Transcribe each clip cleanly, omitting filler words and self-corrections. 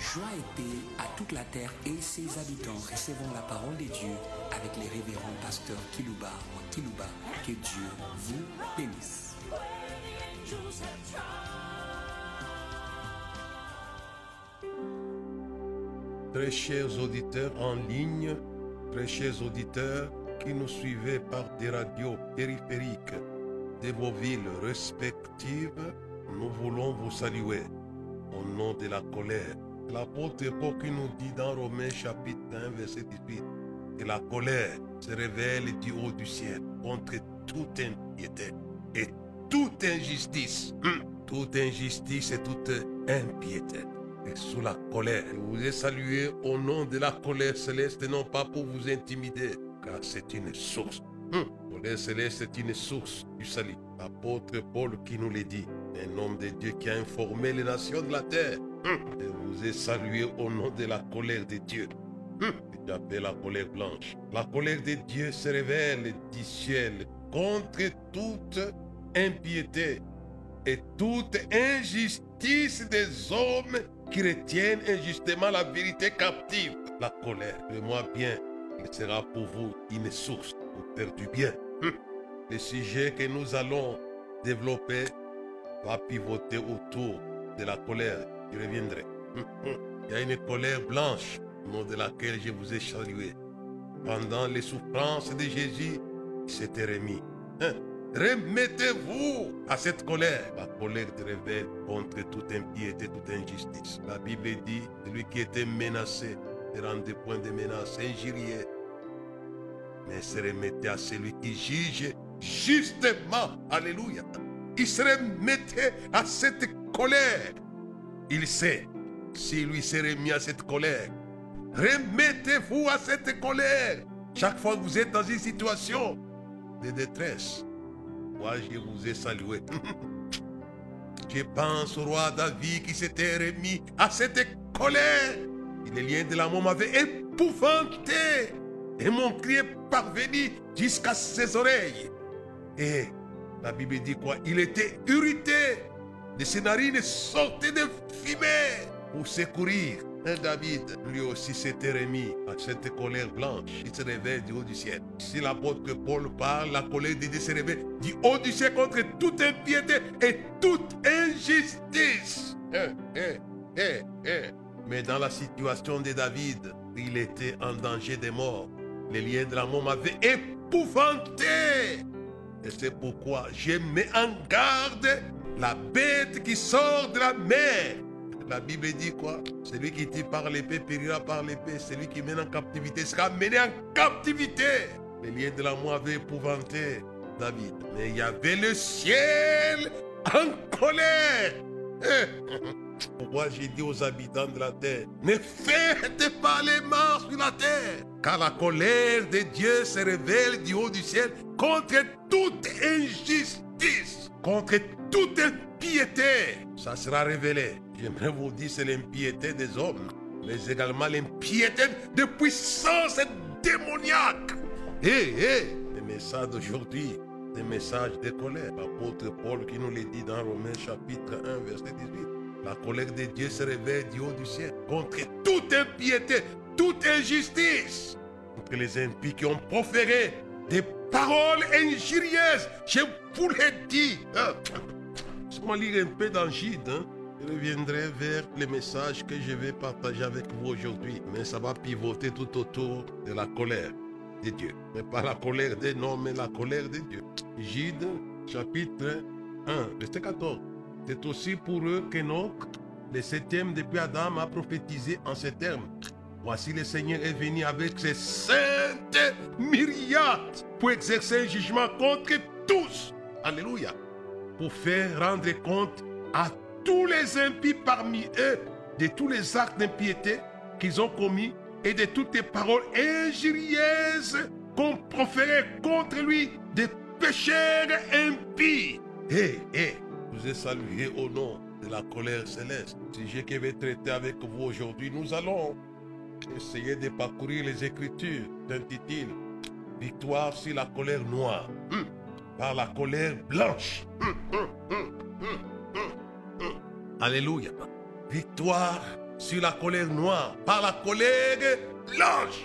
Joie et paix à toute la terre et ses habitants. Recevons la parole de Dieu avec les révérends pasteurs Kilouba. Que Dieu vous bénisse. Très chers auditeurs en ligne, très chers auditeurs qui nous suivez par des radios périphériques de vos villes respectives, nous voulons vous saluer au nom de la colère. L'apôtre Paul qui nous dit dans Romains chapitre 1 verset 18 que la colère se révèle du haut du ciel contre toute impiété et toute injustice. Toute injustice et toute impiété. Et sous la colère, je vous ai salué au nom de la colère céleste, non pas pour vous intimider, car c'est une source. La colère céleste est une source du salut. L'apôtre Paul qui nous l'a dit, un homme de Dieu qui a informé les nations de la terre. Je vous ai salué au nom de la colère de Dieu. J'appelle la colère blanche. La colère de Dieu se révèle du ciel contre toute impiété et toute injustice des hommes qui retiennent injustement la vérité captive. La colère, moi bien, il sera pour vous une source pour faire du bien. Le sujet que nous allons développer va pivoter autour de la colère. Je reviendrai. Il y a une colère blanche, au nom de laquelle je vous ai salué. Pendant les souffrances de Jésus, il s'était remis. Remettez-vous à cette colère. La colère se révèle contre toute impiété, toute injustice. La Bible dit, celui qui était menacé ne rendait point de menace, injurié, mais se remettait à celui qui juge justement. Alléluia. Il se remettait à cette colère. Il sait, s'il lui s'est remis à cette colère, remettez-vous à cette colère. Chaque fois que vous êtes dans une situation de détresse, moi je vous ai salué. Je pense au roi David qui s'était remis à cette colère. Les liens de la mort m'avaient épouvanté et mon cri est parvenu jusqu'à ses oreilles. Et la Bible dit quoi? Il était irrité. De ses narines sortaient de fumée pour secourir. Et David, lui aussi, s'était remis à cette colère blanche qui se révèle du haut du ciel. Si l'apôtre Paul parle, la colère de Dieu se révèle du haut du ciel contre toute impiété et toute injustice. Mais dans la situation de David, il était en danger de mort. Les liens de la mort m'avaient épouvanté. Et c'est pourquoi je mets en garde la bête qui sort de la mer. La Bible dit quoi? Celui qui tue par l'épée périra par l'épée. Celui qui mène en captivité sera mené en captivité. Les liens de la mort avaient épouvanté David. Mais il y avait le ciel en colère. Pourquoi j'ai dit aux habitants de la terre, ne faites pas les morts sur la terre, car la colère de Dieu se révèle du haut du ciel contre toute injustice, contre toute impiété. Ça sera révélé. J'aimerais vous dire, c'est l'impiété des hommes, mais également l'impiété de puissance démoniaque. Les messages d'aujourd'hui, des messages de colère. L'apôtre Paul qui nous l'a dit dans Romains chapitre 1, verset 18. La colère de Dieu se révèle du haut du ciel contre toute impiété, toute injustice, contre les impies qui ont proféré des paroles injurieuses. Je vous l'ai dit. Laissez-moi lire un peu dans Jude. Je reviendrai vers les messages que je vais partager avec vous aujourd'hui. Mais ça va pivoter tout autour de la colère de Dieu. Mais pas la colère des hommes, mais la colère de Dieu. Jude, chapitre 1, verset 14. C'est aussi pour eux qu'Enoch, le septième depuis Adam, a prophétisé en ces termes. Voici le Seigneur est venu avec ses saintes myriades pour exercer un jugement contre tous. Alléluia. Pour faire rendre compte à tous les impies parmi eux de tous les actes d'impiété qu'ils ont commis et de toutes les paroles injurieuses qu'on proférait contre lui, des pécheurs impies. Je vous ai salué au nom de la colère céleste. Sujet que je vais traiter avec vous aujourd'hui, nous allons essayer de parcourir les Écritures d'un titre Victoire sur la colère noire par la colère blanche. Alléluia. Victoire sur la colère noire, par la colère blanche.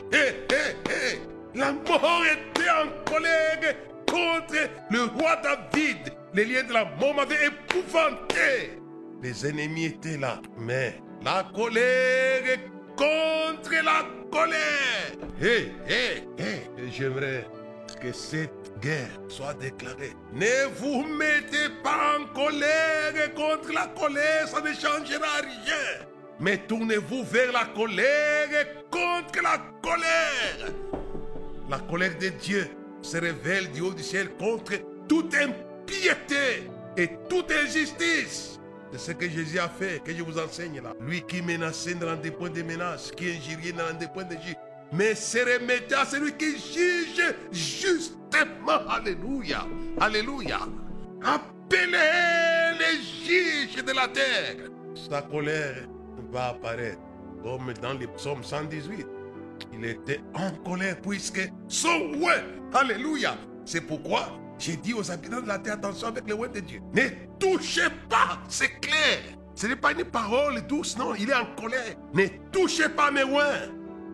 La mort était en colère contre le roi David. Les liens de la mort m'avaient épouvanté. Les ennemis étaient là, mais la colère contre la colère. J'aimerais que cette guerre soit déclarée. Ne vous mettez pas en colère contre la colère, ça ne changera rien. Mais tournez-vous vers la colère contre la colère. La colère de Dieu se révèle du haut du ciel contre toute impiété et toute injustice. C'est ce que Jésus a fait, que je vous enseigne là. Lui qui menaçait ne rendait point de menace, qui injuriait ne rendait point de juge, mais se remettait à celui qui juge justement. Alléluia. Alléluia. Appelez les juges de la terre. Sa colère va apparaître comme dans les psaumes 118. Il était en colère puisque son roi, alléluia. C'est pourquoi j'ai dit aux habitants de la terre, attention avec le roi de Dieu. Ne touchez pas, c'est clair. Ce n'est pas une parole douce, non, il est en colère. Ne touchez pas mes rois.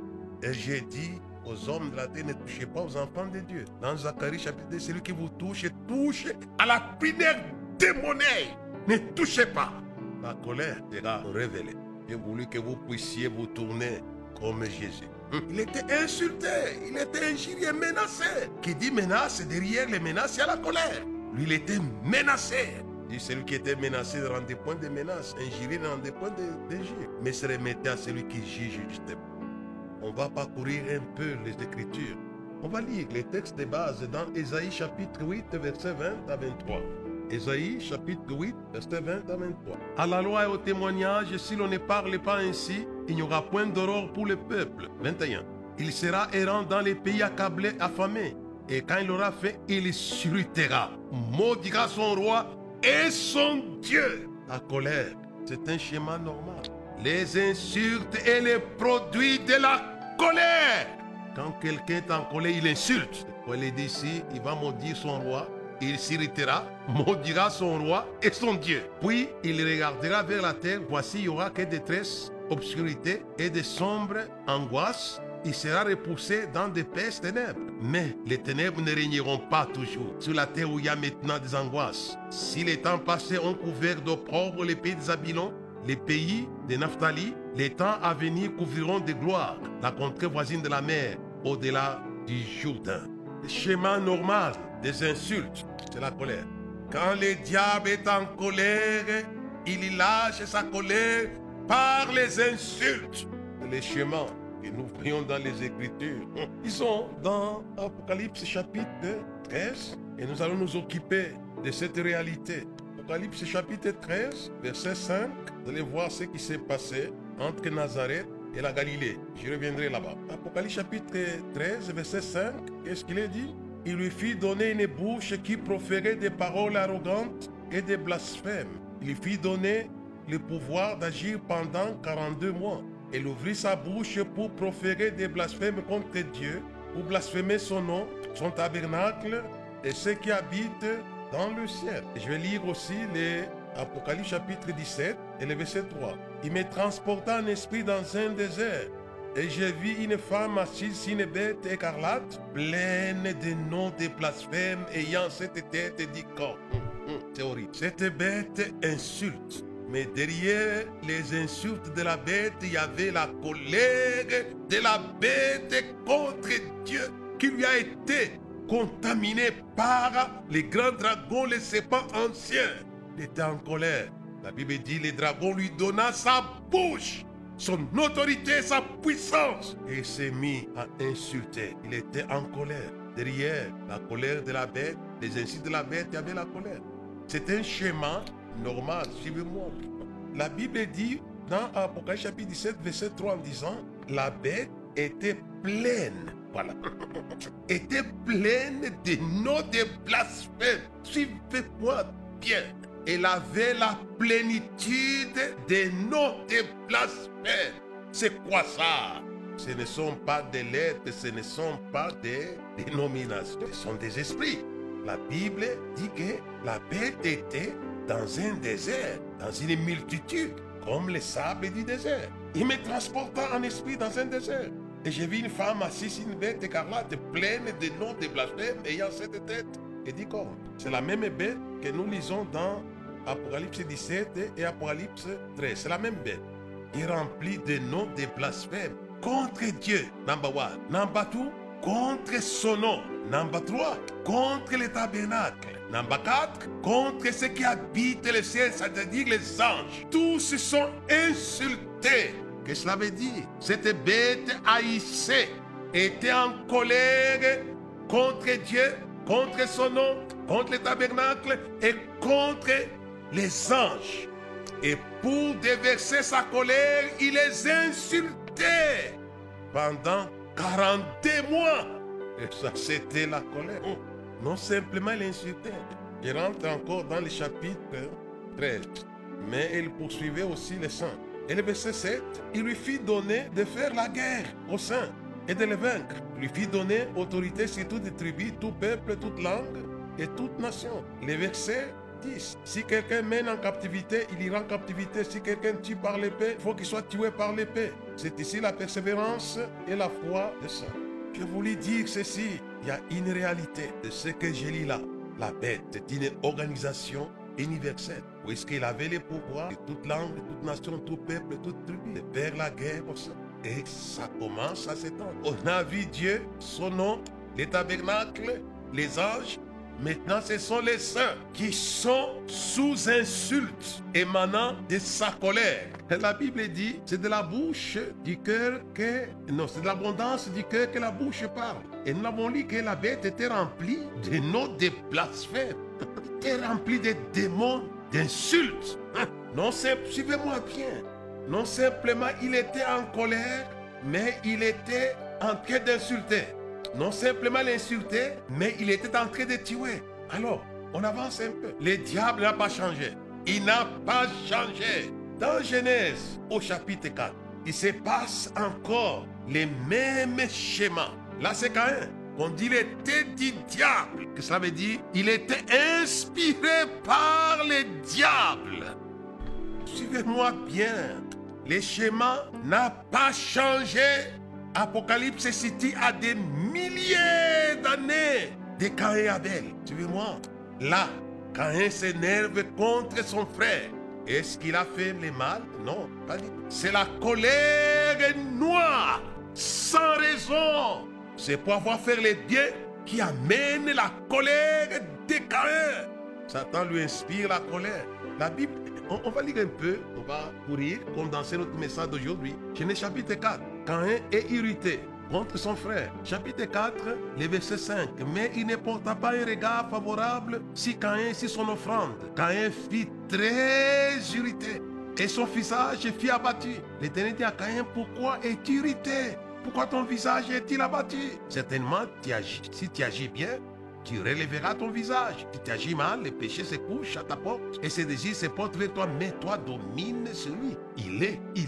Et j'ai dit aux hommes de la terre, ne touchez pas aux enfants de Dieu. Dans Zacharie chapitre 2, celui qui vous touche à la prière démoniaque. Ne touchez pas. La colère sera révélée. J'ai voulu que vous puissiez vous tourner comme Jésus. Il était insulté, il était injurié, menacé. Qui dit menace, derrière les menaces, il y a la colère. Lui, il était menacé. Dit celui qui était menacé ne rendait point de menace, injurié ne rendait point d'injure, mais se remettait à celui qui juge justement. On va parcourir un peu les Écritures. On va lire les textes de base dans Ésaïe chapitre 8, verset 20 à 23. Ésaïe chapitre 8, verset 20 à 23. À la loi et au témoignage, si l'on ne parle pas ainsi, il n'y aura point d'aurore pour le peuple. 21. Il sera errant dans les pays accablés, affamés. Et quand il aura fait, il s'irritera, maudira son roi et son Dieu. La colère, c'est un schéma normal. Les insultes est le produit de la colère. Quand quelqu'un est en colère, il insulte. Quand il est ici, il va maudire son roi. Il s'irritera, maudira son roi et son Dieu. Puis il regardera vers la terre. Voici, il n'y aura que détresse, obscurité et de sombres angoisses. Il sera repoussé dans d'épaisses ténèbres. Mais les ténèbres ne régneront pas toujours sur la terre où il y a maintenant des angoisses. Si les temps passés ont couvert d'opprobre les pays des Zabylon, les pays de Naphtali, les temps à venir couvriront de gloire la contrée voisine de la mer, au-delà du Jourdain. Le schéma normal des insultes, c'est la colère. Quand le diable est en colère, il lâche sa colère par les insultes. Les schémas que nous voyons dans les Écritures, ils sont dans Apocalypse chapitre 13 et nous allons nous occuper de cette réalité. Apocalypse chapitre 13, verset 5, vous allez voir ce qui s'est passé entre Nazareth et la Galilée. Je reviendrai là-bas. Apocalypse chapitre 13, verset 5, qu'est-ce qu'il est dit? Il lui fit donner une bouche qui proférait des paroles arrogantes et des blasphèmes. Il lui fit donner le pouvoir d'agir pendant 42 mois. Il ouvrit sa bouche pour proférer des blasphèmes contre Dieu, pour blasphémer son nom, son tabernacle et ceux qui habitent dans le ciel. Et je vais lire aussi l'Apocalypse chapitre 17 et le verset 3. Il me transporta en esprit dans un désert. Et j'ai vu une femme assise sur une bête écarlate, pleine de noms de blasphèmes, ayant cette tête et 10 corps. C'est horrible. Cette bête insulte. Mais derrière les insultes de la bête, il y avait la colère de la bête contre Dieu, qui lui a été contaminé par les grands dragons, les serpents anciens. Il était en colère. La Bible dit, le dragon lui donna sa bouche, son autorité, sa puissance. Et il s'est mis à insulter. Il était en colère. Derrière la colère de la bête, les insultes de la bête, il y avait la colère. C'est un schéma normal. Suivez-moi. La Bible dit dans Apocalypse chapitre 17, verset 3 en disant, la bête était pleine. Voilà. Était pleine de noms de blasphème. Suivez-moi bien. Elle avait la plénitude des noms de blasphème. C'est quoi ça? Ce ne sont pas des lettres, ce ne sont pas des dénominations, ce sont des esprits. La Bible dit que la bête était dans un désert, dans une multitude, comme les sables du désert. Il me transporta en esprit dans un désert. Et j'ai vu une femme assise sur une bête écarlate, pleine de noms de blasphème, ayant 7 têtes et 10 cornes. C'est la même bête que nous lisons dans Apocalypse 17 et Apocalypse 13. C'est la même bête qui est remplie de noms de blasphème contre Dieu, number 1. Number 2, contre son nom. Number 3, contre le tabernacle. Number 4, contre ceux qui habitent le ciel, c'est-à-dire les anges. Tous se sont insultés. Qu'est-ce que cela veut dire? Cette bête haïssée était en colère contre Dieu, contre son nom, contre le tabernacle et contre les anges. Et pour déverser sa colère, il les insultait pendant 42 mois. Et ça, c'était la colère. Non simplement l'insultait. Il rentre encore dans le chapitre 13. Mais il poursuivait aussi les saints. Et le verset 7, il lui fit donner de faire la guerre aux saints et de les vaincre. Il lui fit donner autorité sur toutes les tribus, tout peuple, toute langue et toute nation. Le verset 10, si quelqu'un mène en captivité, il ira en captivité. Si quelqu'un tue par l'épée, il faut qu'il soit tué par l'épée. C'est ici la persévérance et la foi des saints. Je voulais dire ceci, il y a une réalité de ce que je lis là. La bête est une organisation universelle, puisqu'il avait les pouvoirs de toute langue, de toute nation, tout peuple, toute tribu, de faire la guerre aux saints. Et ça commence à s'étendre. On a vu Dieu, son nom, les tabernacles, les anges. Maintenant, ce sont les saints qui sont sous insulte émanant de sa colère. La Bible dit, c'est de la bouche du cœur que... Non, c'est de l'abondance du cœur que la bouche parle. Et nous avons lu que la bête était remplie de noms de blasphèmes. Elle était remplie de démons, d'insultes. Non, suivez-moi bien. Non simplement il était en colère, mais il était en train d'insulter. Non simplement l'insulter, mais il était en train de tuer. Alors, on avance un peu. Le diable n'a pas changé. Il n'a pas changé. Dans Genèse, au chapitre 4, il se passe encore les mêmes schémas. Là, c'est Caïn. On dit qu'il était du diable. Qu'est-ce que cela veut dire? Il était inspiré par le diable. Suivez-moi bien. Le schéma n'a pas changé. Apocalypse se situe à des milliers d'années de Caïn et Abel. Suivez-moi. Là, Caïn s'énerve contre son frère. Est-ce qu'il a fait le mal? Non, pas du tout. C'est la colère noire, sans raison. C'est pour avoir fait le bien qui amène la colère de Caïn. Satan lui inspire la colère. La Bible, on va lire un peu, on va courir, condenser notre message d'aujourd'hui. Genèse chapitre 4. Caïn est irrité contre son frère. Chapitre 4, le verset 5. Mais il ne porta pas un regard favorable si Caïn, si son offrande. Caïn fut très irrité et son visage fut abattu. L'Éternel dit à Caïn, pourquoi es-tu irrité? Pourquoi ton visage est-il abattu? Certainement, si tu agis bien, tu relèveras ton visage. Si tu agis mal, le péché se couche à ta porte et ses désirs se portent vers toi, mais toi domine sur lui. Il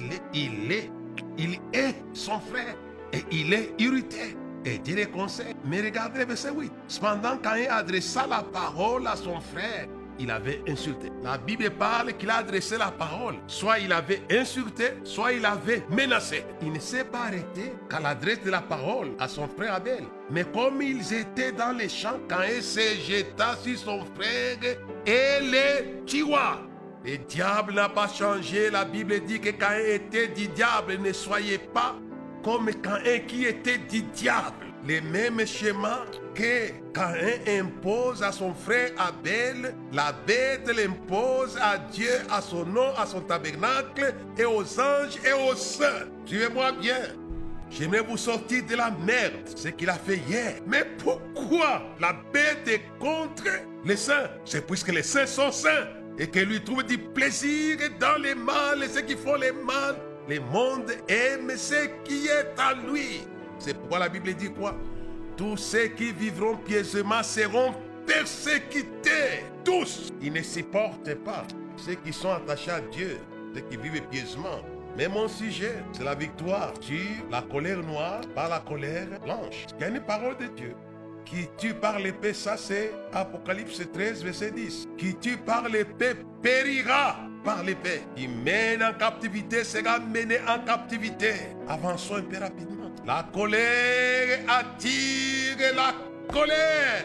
est son frère et il est irrité. Et Dieu le conseille. Mais regardez le verset 8. Cependant, Caïn adressa la parole à son frère, il avait insulté. La Bible parle qu'il a adressé la parole. Soit il avait insulté, soit il avait menacé. Il ne s'est pas arrêté qu'à l'adresse de la parole à son frère Abel. Mais comme ils étaient dans les champs, Caïn se jeta sur son frère et le tua. Le diable n'a pas changé. La Bible dit que Caïn était du diable. Ne soyez pas comme Caïn qui était du diable. Le même schéma que Caïn impose à son frère Abel, la bête l'impose à Dieu, à son nom, à son tabernacle et aux anges et aux saints. Suivez-moi bien. J'aimerais vous sortir de la merde, ce qu'il a fait hier. Mais pourquoi la bête est contre les saints? C'est puisque les saints sont saints et que lui trouve du plaisir dans les mal et ceux qui font les mal. Le monde aime ce qui est à lui. C'est pourquoi la Bible dit quoi? Tous ceux qui vivront pieusement seront persécutés. Tous. Ils ne supportent pas ceux qui sont attachés à Dieu, ceux qui vivent pieusement. Mais mon sujet, c'est la victoire sur la colère noire par la colère blanche. Il y a une parole de Dieu. Qui tue par l'épée, ça c'est Apocalypse 13, verset 10. Qui tue par l'épée périra. par l'épée. Qui mène en captivité sera mené en captivité. Avançons un peu rapidement. La colère attire la colère.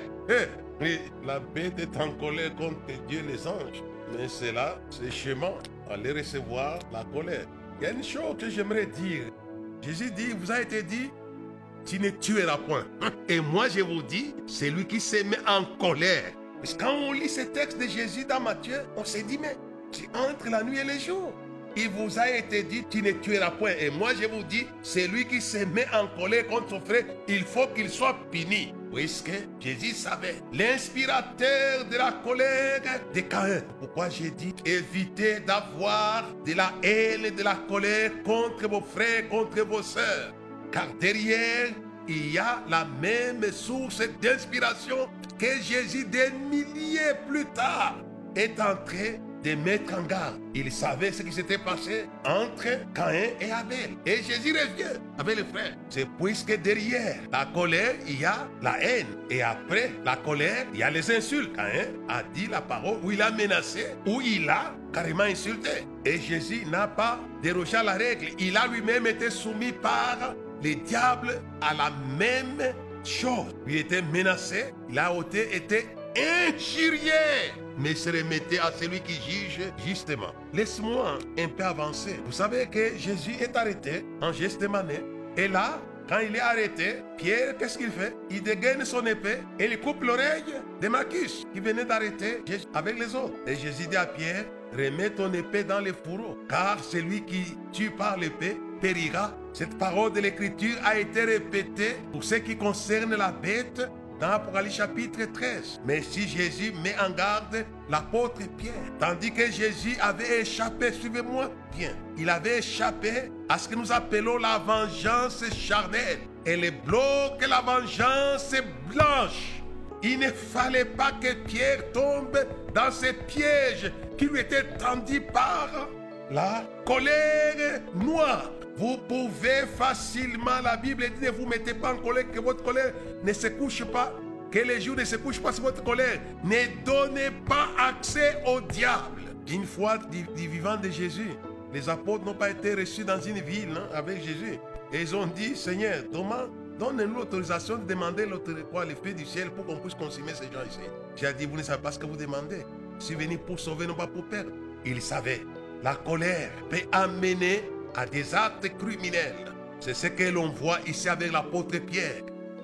La bête est en colère contre Dieu et les anges. Mais c'est là, c'est chemin, aller recevoir la colère. Il y a une chose que j'aimerais dire. Jésus dit, vous a été dit, tu ne tueras point. Et moi je vous dis, c'est lui qui se met en colère. Parce que quand on lit ce texte de Jésus dans Matthieu, on se dit, mais c'est entre la nuit et le jour. Il vous a été dit, tu ne tueras point. Et moi je vous dis, c'est lui qui se met en colère contre son frère. Il faut qu'il soit puni. Puisque Jésus savait l'inspirateur de la colère de Caïn. Pourquoi j'ai dit, évitez d'avoir de la haine et de la colère contre vos frères, contre vos sœurs. Car derrière, il y a la même source d'inspiration que Jésus, des milliers plus tard, est entré de mettre en garde. Il savait ce qui s'était passé entre Caïn et Abel. Et Jésus revient avec les frères. C'est puisque derrière la colère, il y a la haine. Et après la colère, il y a les insultes. Caïn a dit la parole où il a menacé, où il a carrément insulté. Et Jésus n'a pas dérogé à la règle. Il a lui-même été soumis par les diables à la même chose. Il était menacé, il a été injurié, mais se remettait à celui qui juge justement. Laisse-moi un peu avancer. Vous savez que Jésus est arrêté en Gethsémani. Et là, quand il est arrêté, Pierre, qu'est-ce qu'il fait? Il dégaine son épée et il coupe l'oreille de Malchus qui venait d'arrêter Jésus avec les autres. Et Jésus dit à Pierre, remets ton épée dans les fourreaux, car celui qui tue par l'épée périra. Cette parole de l'Écriture a été répétée pour ce qui concerne la bête dans Apocalypse chapitre 13. Mais si Jésus met en garde l'apôtre Pierre, tandis que Jésus avait échappé, suivez-moi bien, il avait échappé à ce que nous appelons la vengeance charnelle. Et le bloc la vengeance blanche. Il ne fallait pas que Pierre tombe dans ce piège qui lui était tendu par la colère noire. Vous pouvez facilement, la Bible dit, ne vous mettez pas en colère, que votre colère ne se couche pas, que les jours ne se couchent pas sur votre colère. Ne donnez pas accès au diable. Une fois du vivant de Jésus, les apôtres n'ont pas été reçus dans une ville avec Jésus. Et ils ont dit, Seigneur, donne-nous l'autorisation de demander l'effet du ciel pour qu'on puisse consommer ces gens ici. J'ai dit, vous ne savez pas ce que vous demandez. Je suis venu pour sauver, non pas pour perdre. Ils savaient. La colère peut amener à des actes criminels. C'est ce que l'on voit ici avec l'apôtre Pierre.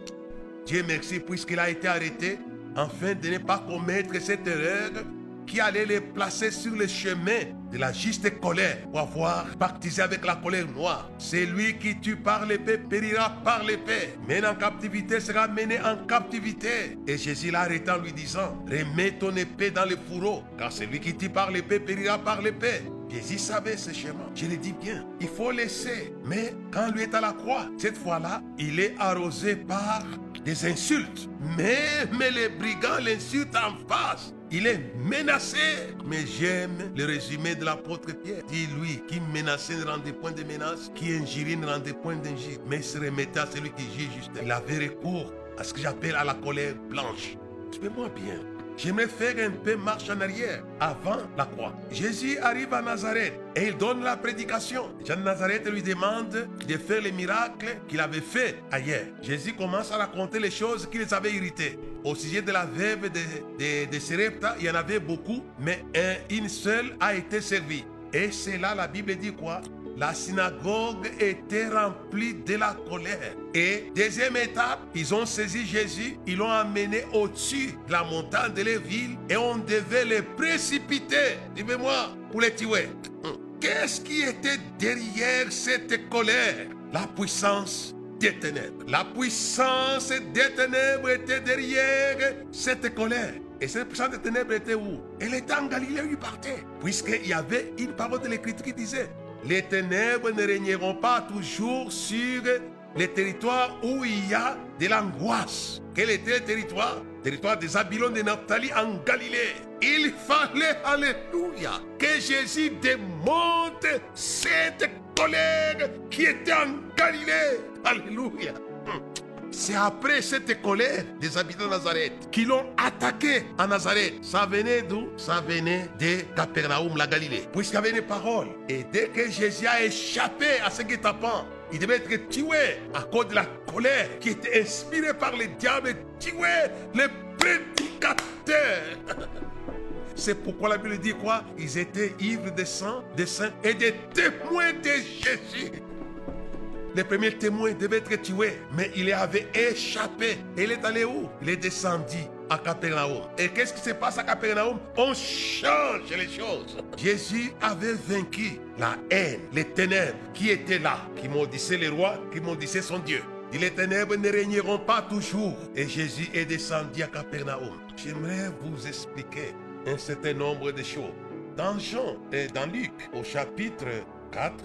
Dieu merci puisqu'il a été arrêté afin de ne pas commettre cette erreur qui allait les placer sur le chemin de la juste colère pour avoir baptisé avec la colère noire. Celui qui tue par l'épée périra par l'épée. Mène en captivité sera mené en captivité. Et Jésus l'a arrêté en lui disant, remets ton épée dans le fourreau, car celui qui tue par l'épée périra par l'épée. Jésus savait ce schéma. Je le dis bien. Il faut laisser. Mais quand lui est à la croix, cette fois-là, il est arrosé par des insultes. Même les brigands l'insultent en face. Il est menacé. Mais j'aime le résumé de l'apôtre Pierre. Dit lui, qui menaçait ne rendait point de menace, qui injurait ne rendait point d'injure, mais se remettait à celui qui juge juste. Il avait recours à ce que j'appelle à la colère blanche. Suivez-moi bien. J'aimerais faire un peu marche en arrière avant la croix. Jésus arrive à Nazareth et il donne la prédication. Jean de Nazareth lui demande de faire les miracles qu'il avait fait ailleurs. Jésus commence à raconter les choses qui les avaient irrités. Au sujet de la veuve de Sarepta, il y en avait beaucoup, mais une seule a été servie. Et c'est là, la Bible dit quoi? La synagogue était remplie de la colère. Et deuxième étape, ils ont saisi Jésus, ils l'ont amené au-dessus de la montagne de la ville et on devait les précipiter. Dis-moi, pour les tuer. Qu'est-ce qui était derrière cette colère? La puissance des ténèbres. La puissance des ténèbres était derrière cette colère. Et cette puissance des ténèbres était où? Elle était en Galilée où il partait. Puisqu'il y avait une parole de l'Écriture qui disait, les ténèbres ne régneront pas toujours sur les territoires où il y a de l'angoisse. Quel était le territoire? Le territoire des Zabylone de Naphtali en Galilée. Il fallait, alléluia, que Jésus démonte cette colère qui était en Galilée. Alléluia. c'est après cette colère des habitants de Nazareth qui l'ont attaqué à Nazareth. Ça venait d'où? Ça venait de Capernaum, la Galilée. Puisqu'il y avait une parole. Et dès que Jésus a échappé à ce guet-apens, il devait être tué à cause de la colère qui était inspirée par le diable et tuer les prédicateurs. C'est pourquoi la Bible dit quoi? Ils étaient ivres de sang, de saints et des témoins de Jésus. Les premiers témoins devaient être tués, mais il avait échappé. Et il est allé où? Il est descendu à Capernaum. Et qu'est-ce qui se passe à Capernaum? On change les choses. Jésus avait vaincu la haine, les ténèbres qui étaient là, qui maudissaient les rois, qui maudissaient son Dieu. Et les ténèbres ne régneront pas toujours. Et Jésus est descendu à Capernaum. J'aimerais vous expliquer un certain nombre de choses. Dans Jean et dans Luc, au chapitre 4,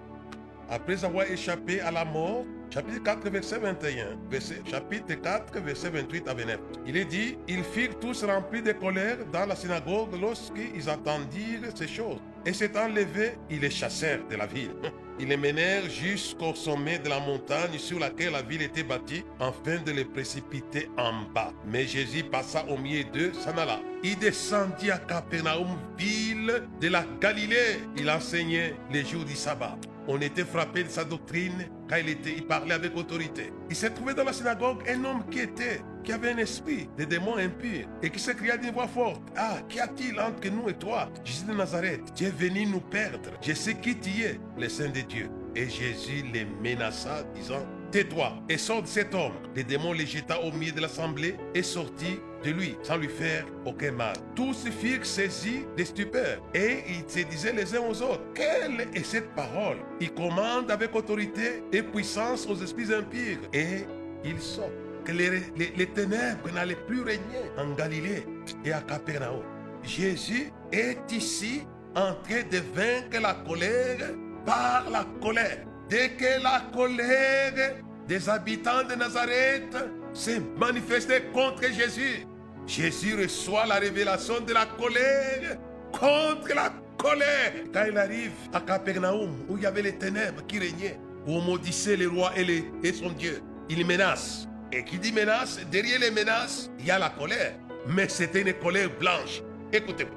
après avoir échappé à la mort, chapitre 4, verset 21, chapitre 4, verset 28 à 29, il est dit, ils furent tous remplis de colère dans la synagogue lorsqu'ils entendirent ces choses. Et s'étant levés, ils les chassèrent de la ville. Ils les menèrent jusqu'au sommet de la montagne sur laquelle la ville était bâtie, afin de les précipiter en bas. Mais Jésus passa au milieu d'eux, s'en alla. Il descendit à Capernaum, ville de la Galilée. Il enseignait les jours du sabbat. On était frappé de sa doctrine quand il parlait avec autorité. Il s'est trouvé dans la synagogue un homme qui avait un esprit de démon impur et qui s'écria d'une voix forte, « Ah, qu'y a-t-il entre nous et toi, Jésus de Nazareth? Tu es venu nous perdre. Je sais qui tu es, le Saint de Dieu. » Et Jésus les menaça, disant, « Tais-toi et sors de cet homme. » Le démon les jeta au milieu de l'assemblée et sortit de lui sans lui faire aucun mal. Tous furent saisis de stupeur et ils se disaient les uns aux autres, quelle est cette parole? Il commande avec autorité et puissance aux esprits impurs et il sort. Que les ténèbres n'allaient plus régner en Galilée et à Capernaum. Jésus est ici en train de vaincre la colère par la colère. Dès que la colère des habitants de Nazareth s'est manifestée contre Jésus, Jésus reçoit la révélation de la colère contre la colère. Quand il arrive à Capernaum, où il y avait les ténèbres qui régnaient, où on maudissait les rois et son Dieu, il menace. Et qui dit menace, derrière les menaces, il y a la colère. Mais c'était une colère blanche. Écoutez-moi.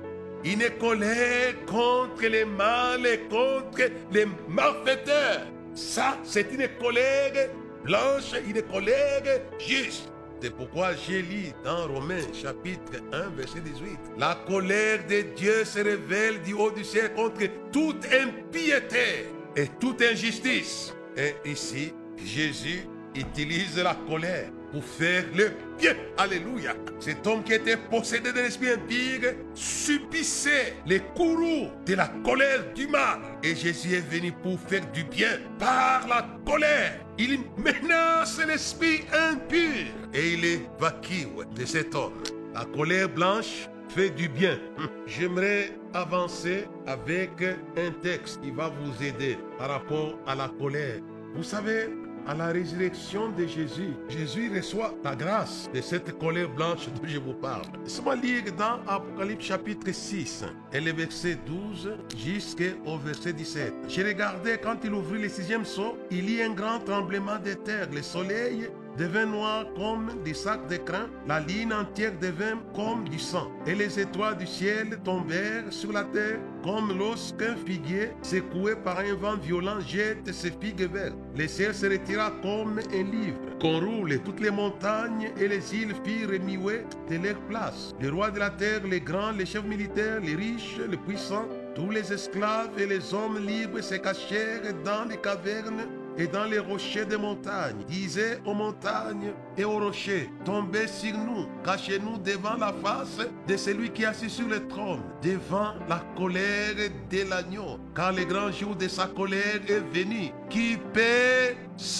Une colère contre les mal et contre les malfaiteurs. Ça, c'est une colère blanche, une colère juste. C'est pourquoi j'ai lu dans Romains chapitre 1 verset 18. La colère de Dieu se révèle du haut du ciel contre toute impiété et toute injustice. Et ici, Jésus utilise la colère pour faire le bien. Alléluia. Cet homme qui était possédé d'un esprit impie subissait les courroux de la colère du mal. Et Jésus est venu pour faire du bien par la colère. Il menace l'esprit impur et il évacue de cet homme. La colère blanche fait du bien. J'aimerais avancer avec un texte qui va vous aider par rapport à la colère. Vous savez, à la résurrection de Jésus, Jésus reçoit la grâce de cette colère blanche dont je vous parle. Laissez-moi lire dans Apocalypse chapitre 6 et le verset 12 jusqu'au verset 17. Je regardais quand il ouvrit le 6e sceau, il y a un grand tremblement de terre. Le soleil devint noir comme des sacs de crin, la ligne entière devint comme du sang, et les étoiles du ciel tombèrent sur la terre comme lorsqu'un figuier secoué par un vent violent jette ses figues vertes. Le ciel se retira comme un livre qu'on roule, et toutes les montagnes et les îles firent remuer de leur place. Les rois de la terre, les grands, les chefs militaires, les riches, les puissants, tous les esclaves et les hommes libres se cachèrent dans les cavernes et dans les rochers des montagnes, disaient aux montagnes et aux rochers, tombez sur nous, cachez-nous devant la face de celui qui est assis sur le trône, devant la colère de l'agneau, car le grand jour de sa colère est venu, qui peut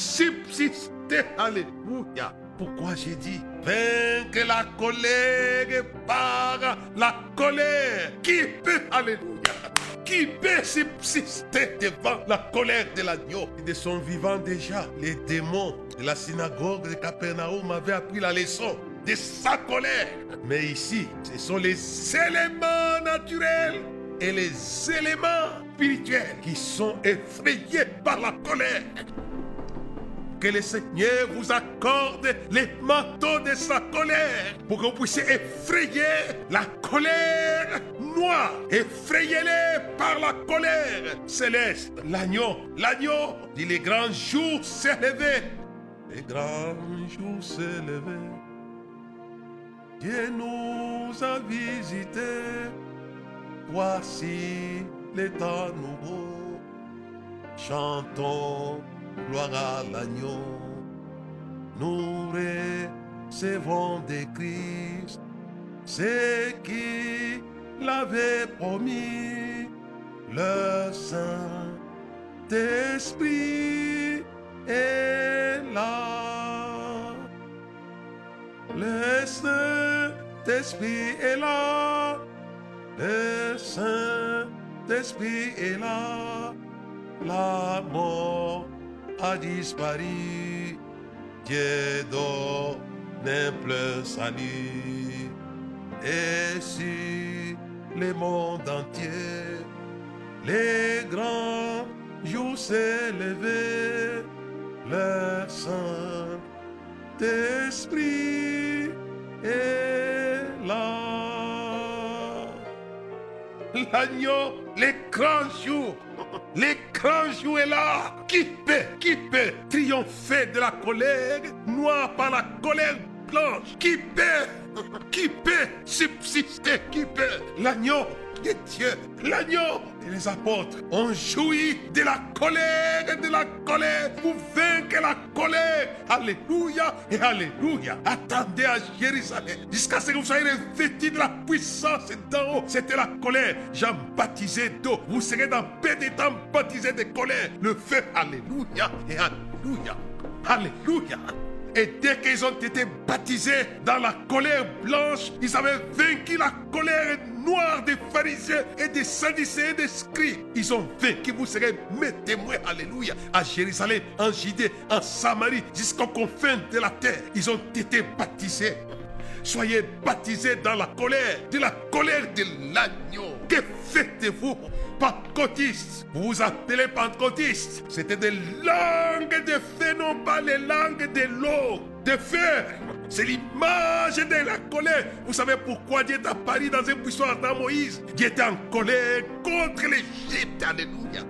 subsister. Alléluia. Pourquoi j'ai dit vaincre la colère par la colère? Qui peut, alléluia, qui peut subsister devant la colère de l'agneau? De son vivant déjà, les démons de la synagogue de Capernaum avaient appris la leçon de sa colère. Mais ici, ce sont les éléments naturels et les éléments spirituels qui sont effrayés par la colère. que le Seigneur vous accorde les manteaux de sa colère pour que vous puissiez effrayer la colère noire. Effrayez-les par la colère céleste. L'agneau dit les grands jours s'est levé. Les grands jours s'est levé. Dieu nous a visités. Voici les temps nouveaux. Chantons gloire à l'agneau. Nous recevons de Christ ce qui l'avait promis. Le Saint-Esprit est là. Le Saint-Esprit est là. Le Saint-Esprit est là. La mort a disparu. Dieu donne un plein salut. Et sur le monde entier, les grands jours s'est levé. Le Saint-Esprit est là. L'agneau, les grands jours est là. Qui peut triompher de la colère noire par la colère blanche? Qui peut subsister? Qui peut? L'agneau de Dieu, l'agneau et les apôtres ont joui de la colère pour vaincre la colère. Alléluia et alléluia. Attendez à Jérusalem jusqu'à ce que vous soyez revêtis de la puissance d'en haut. C'était la colère. Jean baptisé d'eau. Vous serez dans peu de temps baptisé de colère. Le feu. Alléluia et alléluia. Alléluia. Et dès qu'ils ont été baptisés dans la colère blanche, ils avaient vaincu la colère noire des pharisiens et des sadducéens et des scribes. Ils ont vaincu. Vous serez mes témoins, alléluia, à Jérusalem, en Judée, en Samarie, jusqu'aux confins de la terre. Ils ont été baptisés. Soyez baptisés dans la colère de l'agneau. Que faites-vous? Pentecôtistes, vous vous appelez pentecôtistes. C'était des langues de feu, non pas les langues de l'eau, de feu. C'est l'image de la colère. Vous savez pourquoi Dieu est apparu dans un buisson dans Moïse? Dieu était en colère contre l'Égypte. Alléluia.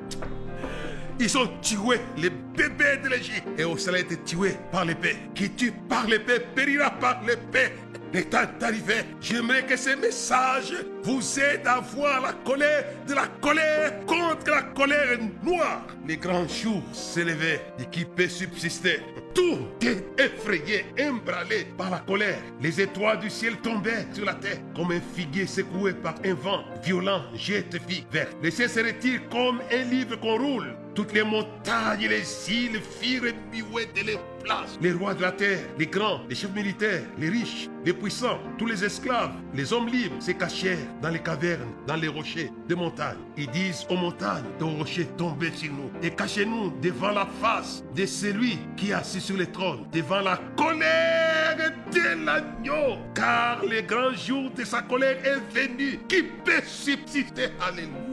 Ils ont tué les bébés de l'Égypte. Et cela a été tué par l'épée. Qui tue par l'épée périra par l'épée. Le temps est arrivé. J'aimerais que ce message vous aide à voir la colère de la colère contre la colère noire. Les grands jours s'élevaient et qui peut subsister. Tout est effrayé, emballé par la colère. Les étoiles du ciel tombaient sur la terre comme un figuier secoué par un vent violent jette figues vertes. Les cieux se retirent comme un livre qu'on roule. Toutes les montagnes et les îles firent muer de les places. Les rois de la terre, les grands, les chefs militaires, les riches, les puissants, tous les esclaves, les hommes libres se cachèrent dans les cavernes, dans les rochers des montagnes. Ils disent aux montagnes et aux rochers, tombez sur nous et cachez-nous devant la face de celui qui est assis sur le trône, devant la colère de l'agneau. Car le grand jour de sa colère est venu. Qui peut subsister? Alléluia.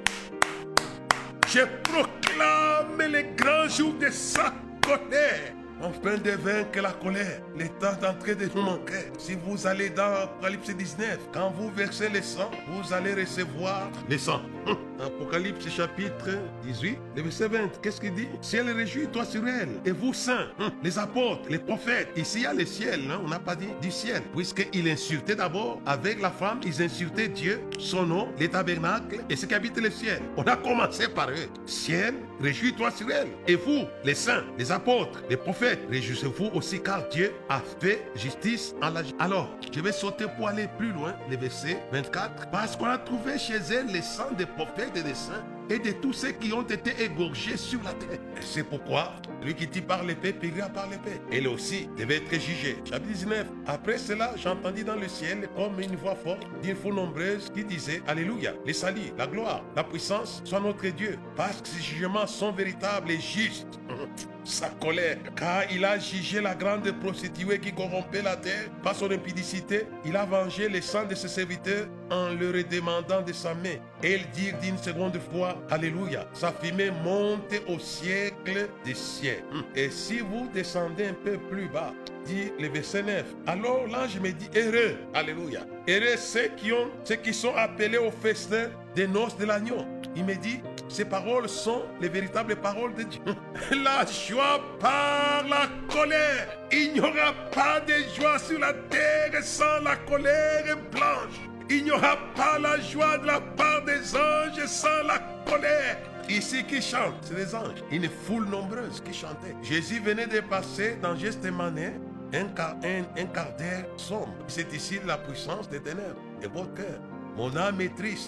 Je proclame les grands jours de sa colère. Enfin de vaincre la colère. Le temps d'entrer de nous manquer. Si vous allez dans Apocalypse 19, quand vous versez le sang, vous allez recevoir le sang. Apocalypse chapitre 18, le verset 20. Qu'est-ce qu'il dit? Ciel, réjouis-toi sur elle. Et vous saints, les apôtres, les prophètes. Ici, il y a le ciel. On n'a pas dit du ciel. Puisqu'ils insultaient d'abord avec la femme, ils insultaient Dieu, son nom, les tabernacles et ce qui habite le ciel. On a commencé par eux. Ciel, réjouis-toi sur elle. Et vous, les saints, les apôtres, les prophètes, réjouissez-vous aussi car Dieu a fait justice en la... Alors, je vais sauter pour aller plus loin, le verset 24. Parce qu'on a trouvé chez elle le sang des prophètes et des saints et de tous ceux qui ont été égorgés sur la terre. C'est pourquoi lui qui tue par l'épée périra par l'épée. Elle aussi devait être jugée. Chapitre 19. Après cela, j'entendis dans le ciel comme une voix forte d'une foule nombreuse qui disait Alléluia, les salut, la gloire, la puissance soit notre Dieu, parce que ses jugements sont véritables et justes. sa colère, car il a jugé la grande prostituée qui corrompait la terre par son impudicité. Il a vengé le sang de ses serviteurs en leur demandant de sa main. Et ils dirent d'une seconde fois, Alléluia, sa fumée monte au siècle des siècles. Et si vous descendez un peu plus bas, dit le verset 9, alors l'ange me dit, heureux, Alléluia, heureux ceux qui sont appelés au festin des noces de l'agneau. Il me dit, ces paroles sont les véritables paroles de Dieu. La joie par la colère. Il n'y aura pas de joie sur la terre sans la colère blanche. Il n'y aura pas la joie de la part des anges sans la colère. Ici qui chantent, c'est des anges. Une foule nombreuse qui chantait. Jésus venait de passer dans Gethsémani un quart d'heure sombre. C'est ici la puissance des ténèbres. Et votre cœur, mon âme est triste.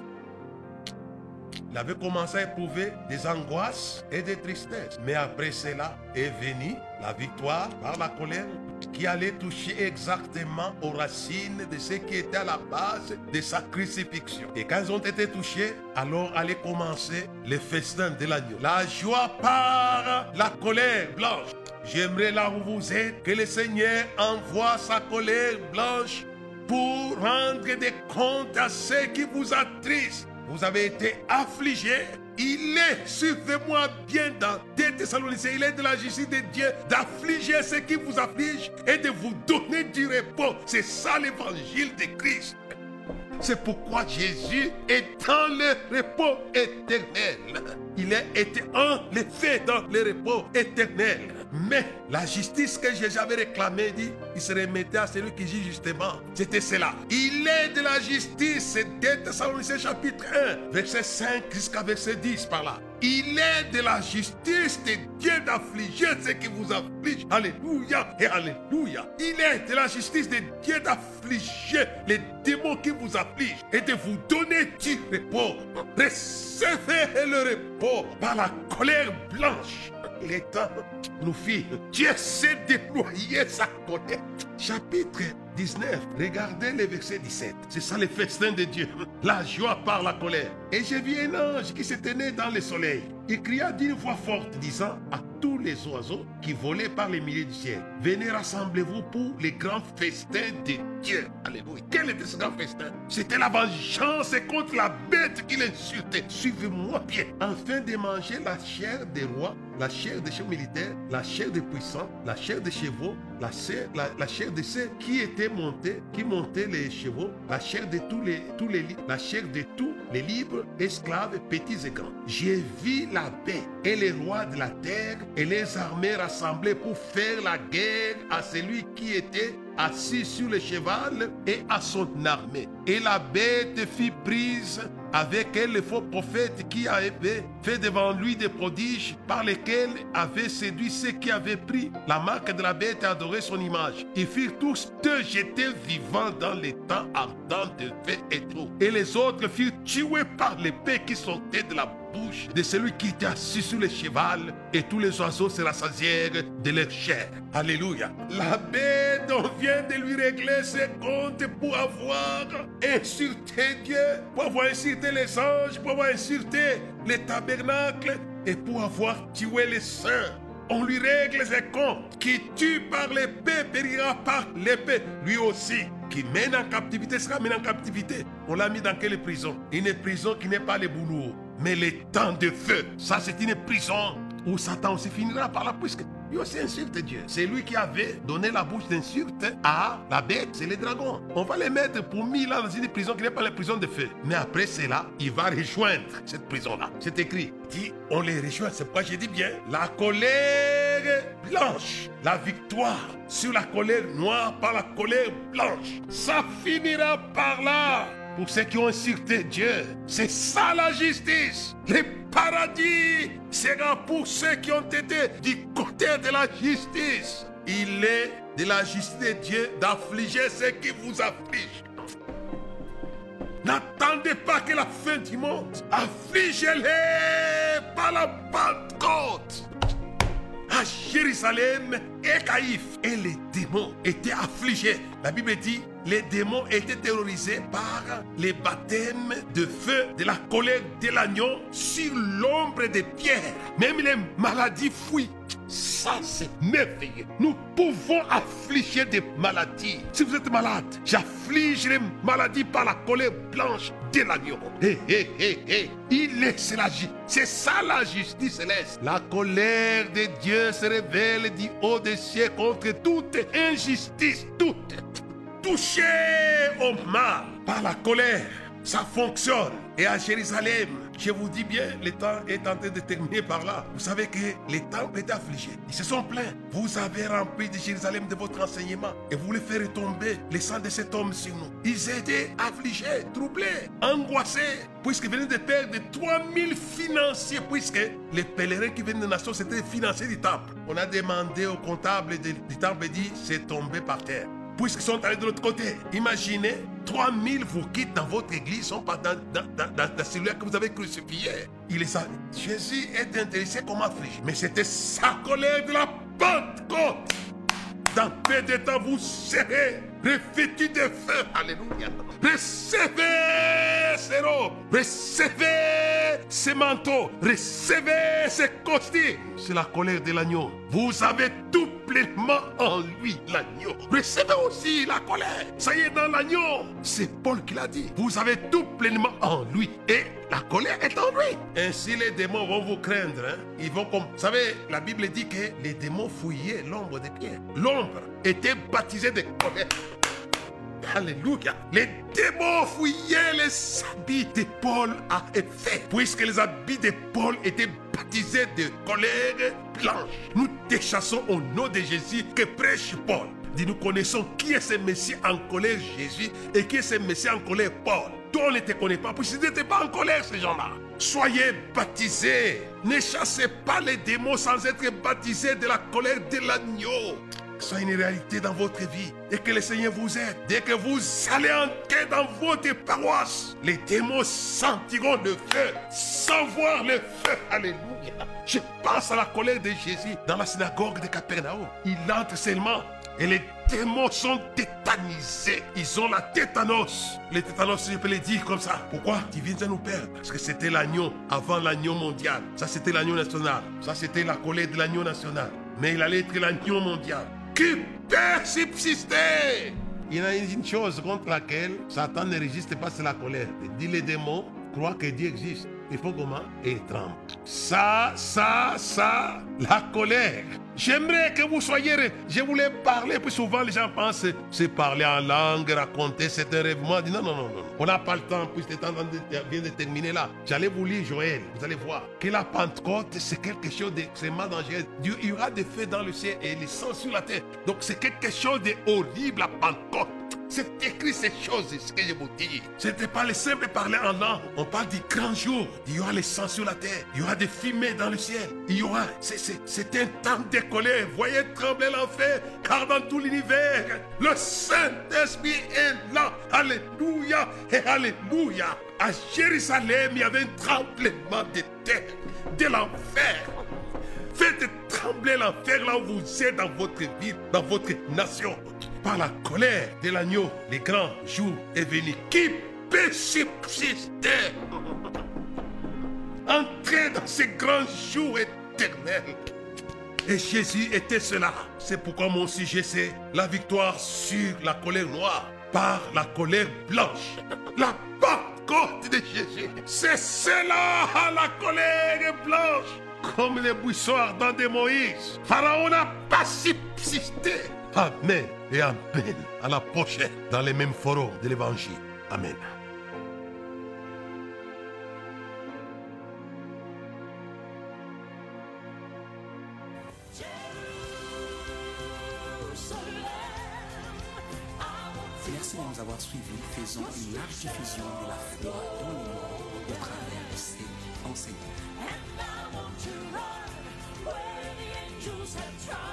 Il avait commencé à éprouver des angoisses et des tristesses. Mais après cela est venue la victoire par la colère qui allait toucher exactement aux racines de ce qui était à la base de sa crucifixion. Et quand ils ont été touchés, alors allait commencer le festin de l'agneau. La joie par la colère blanche. J'aimerais là où vous êtes que le Seigneur envoie sa colère blanche pour rendre des comptes à ceux qui vous attristent. Vous avez été affligés. Il est, suivez-moi bien dans 2 Thessaloniciens, il est de la justice de Dieu d'affliger ceux qui vous affligent et de vous donner du repos. C'est ça l'évangile de Christ. C'est pourquoi Jésus est dans le repos éternel. Il a été enlevé dans le repos éternel. Mais la justice que Jésus avait réclamée, dit, il se remettait à celui qui juge justement. C'était cela. Il est de la justice. C'est 2 Thessaloniciens chapitre 1, verset 5 jusqu'à verset 10 par là. Il est de la justice de Dieu d'affliger ceux qui vous affligent. Alléluia et alléluia. Il est de la justice de Dieu d'affliger les démons qui vous affligent et de vous donner du repos. Recevez le repos par la colère blanche. Il est temps, nos filles, Dieu sait déployer sa colère. Chapitre 19, regardez le verset 17. C'est ça le festin de Dieu. La joie par la colère. Et j'ai vu un ange qui se tenait dans le soleil. Il cria d'une voix forte, disant à tous les oiseaux qui volaient par les milliers du ciel, venez, rassemblez-vous pour les grands festins de Dieu. Alléluia. Quel était ce grand festin? C'était la vengeance contre la bête qui l'insultait. Suivez-moi bien. Afin de manger la chair des rois, la chair des chefs militaires, la chair des puissants, la chair des chevaux, la chair de ceux qui étaient montés, qui montaient les chevaux, la chair de la chair de tous les libres, esclaves, petits et grands. J'ai vu la bête et les rois de la terre et les armées rassemblées pour faire la guerre à celui qui était assis sur le cheval et à son armée. Et la bête fut prise avec elle le faux prophète qui avait fait devant lui des prodiges par lesquels avait séduit ceux qui avaient pris la marque de la bête et adoré son image. Ils furent tous deux jetés vivants dans les temps ardents de feu et d'eau. Et les autres furent tués par l'épée qui sortait de la bouche de celui qui était assis sur le cheval, et tous les oiseaux se rassasièrent de leur chair. Alléluia. La bête, on vient de lui régler ses comptes pour avoir insulté Dieu, pour avoir insulté les anges, pour avoir insulté les tabernacles et pour avoir tué les saints. On lui règle ses comptes. Qui tue par l'épée périra par l'épée. Lui aussi, qui mène en captivité sera mené en captivité. On l'a mis dans quelle prison? Une prison qui n'est pas le boulot, mais les temps de feu. Ça, c'est une prison où Satan aussi finira par là, puisque lui aussi insulte Dieu. C'est lui qui avait donné la bouche d'insulte à la bête, c'est les dragons. On va les mettre pour 1000 ans dans une prison qui n'est pas la prison de feu. Mais après cela, il va rejoindre cette prison-là. C'est écrit, dit, on les rejoint. C'est pourquoi j'ai dit bien, la colère blanche, la victoire sur la colère noire par la colère blanche. Ça finira par là. Pour ceux qui ont insulté Dieu, c'est ça la justice. Le paradis sera pour ceux qui ont été du côté de la justice. Il est de la justice de Dieu d'affliger ceux qui vous affligent. N'attendez pas que la fin du monde. Affligez-les par la Pentecôte. À Jérusalem et Caïphe. Et les démons étaient affligés. La Bible dit, les démons étaient terrorisés par les baptêmes de feu de la colère de l'agneau sur l'ombre des pierres. Même les maladies fuient. Ça, c'est merveilleux. Nous pouvons affliger des maladies. Si vous êtes malade, j'afflige les maladies par la colère blanche de l'agneau. C'est ça la justice céleste. La colère de Dieu se révèle du haut des cieux contre toute injustice, toute touché au mal par la colère. Ça fonctionne. Et à Jérusalem, je vous dis bien, le temps est en train de terminer par là. Vous savez que les temples étaient affligés. Ils se sont plaints. Vous avez rempli de Jérusalem de votre enseignement et vous voulez faire retomber le sang de cet homme sur nous. Ils étaient affligés, troublés, angoissés, puisqu'ils venaient de perdre 3000 financiers, puisque les pèlerins qui venaient des nations, c'était les financiers du temple. On a demandé au comptable du temple et dit, c'est tombé par terre. Puisqu'ils sont allés de l'autre côté. Imaginez, 3000 vous quittent dans votre église, sont pas dans celui que vous avez crucifié. Jésus est intéressé comme affligé. Mais c'était sa colère de la Pentecôte. Dans peu de temps, vous serez revêtus de feu. Alléluia. Recevez ces robes. Recevez ces manteaux. Recevez ces costumes. C'est la colère de l'agneau. Vous avez tout pleinement en lui, l'agneau. Recevez aussi la colère. Ça y est, dans l'agneau. C'est Paul qui l'a dit. Vous avez tout pleinement en lui. Et la colère est en lui. Ainsi, les démons vont vous craindre. Ils vont comme... Vous savez, la Bible dit que les démons fouillaient l'ombre des pierres. L'ombre était baptisée de colère. Alléluia. Les démons fouillaient les habits de Paul à Éphèse, puisque les habits de Paul étaient baptisés de colère blanche. Nous te chassons au nom de Jésus que prêche Paul. Nous connaissons qui est ce Messie en colère, Jésus, et qui est ce Messie en colère, Paul. Toi, on ne te connaît pas, puisqu'ils n'étaient pas en colère, ces gens-là. Soyez baptisés. Ne chassez pas les démons sans être baptisés de la colère de l'agneau. Soit une réalité dans votre vie et que le Seigneur vous aide. Dès que vous allez entrer dans votre paroisse, les démons sentiront le feu, sans voir le feu. Alléluia. Je pense à la colère de Jésus dans la synagogue de Capernaum. Il entre seulement et les démons sont tétanisés. Ils ont la tétanos. Les tétanos, je peux les dire comme ça. Pourquoi? Ils viennent à nous perdre. Parce que c'était l'agneau avant l'agneau mondial. Ça, c'était l'agneau national. Ça, c'était la colère de l'agneau national. Mais il allait être l'agneau mondial qui persistait. Il y a une chose contre laquelle Satan ne résiste pas, c'est la colère. Il dit les démons croient que Dieu existe. Il faut comment? Et tremble. Ça, la colère. J'aimerais que vous soyez... Je voulais parler, puis souvent les gens pensent c'est parler en langue, raconter, c'est un rêve. Moi, je dis non. On n'a pas le temps, puisque le temps vient de terminer là. J'allais vous lire Joël, vous allez voir que la Pentecôte, c'est quelque chose d'extrêmement dangereux. Il y aura des feux dans le ciel et les sangs sur la terre. Donc c'est quelque chose d'horrible, la Pentecôte. C'est écrit ces choses, ce que je vous dis. Ce n'était pas le simple parler en langue. On parle du grand jour. Il y aura les sangs sur la terre. Il y aura des fumées dans le ciel. Il y aura... C'est un temps de colère. Voyez trembler l'enfer, car dans tout l'univers, le Saint-Esprit est là. Alléluia et alléluia. À Jérusalem, il y avait un tremblement de terre, de l'enfer. Faites trembler l'enfer là où vous êtes dans votre ville, dans votre nation. Par la colère de l'agneau, le grand jour est venu. Qui peut subsister? Entrez dans ce grand jour éternel. Et Jésus était cela. C'est pourquoi mon sujet c'est la victoire sur la colère noire par la colère blanche. La Pentecôte de Jésus. C'est cela, la colère blanche. Comme les buissons ardents de Moïse. Pharaon n'a pas subsisté. Amen et amen. À la prochaine dans les mêmes forums de l'évangile. Amen. Merci de nous avoir suivis. Faisons une large diffusion de la foi dans le monde au travers de ces enseignements.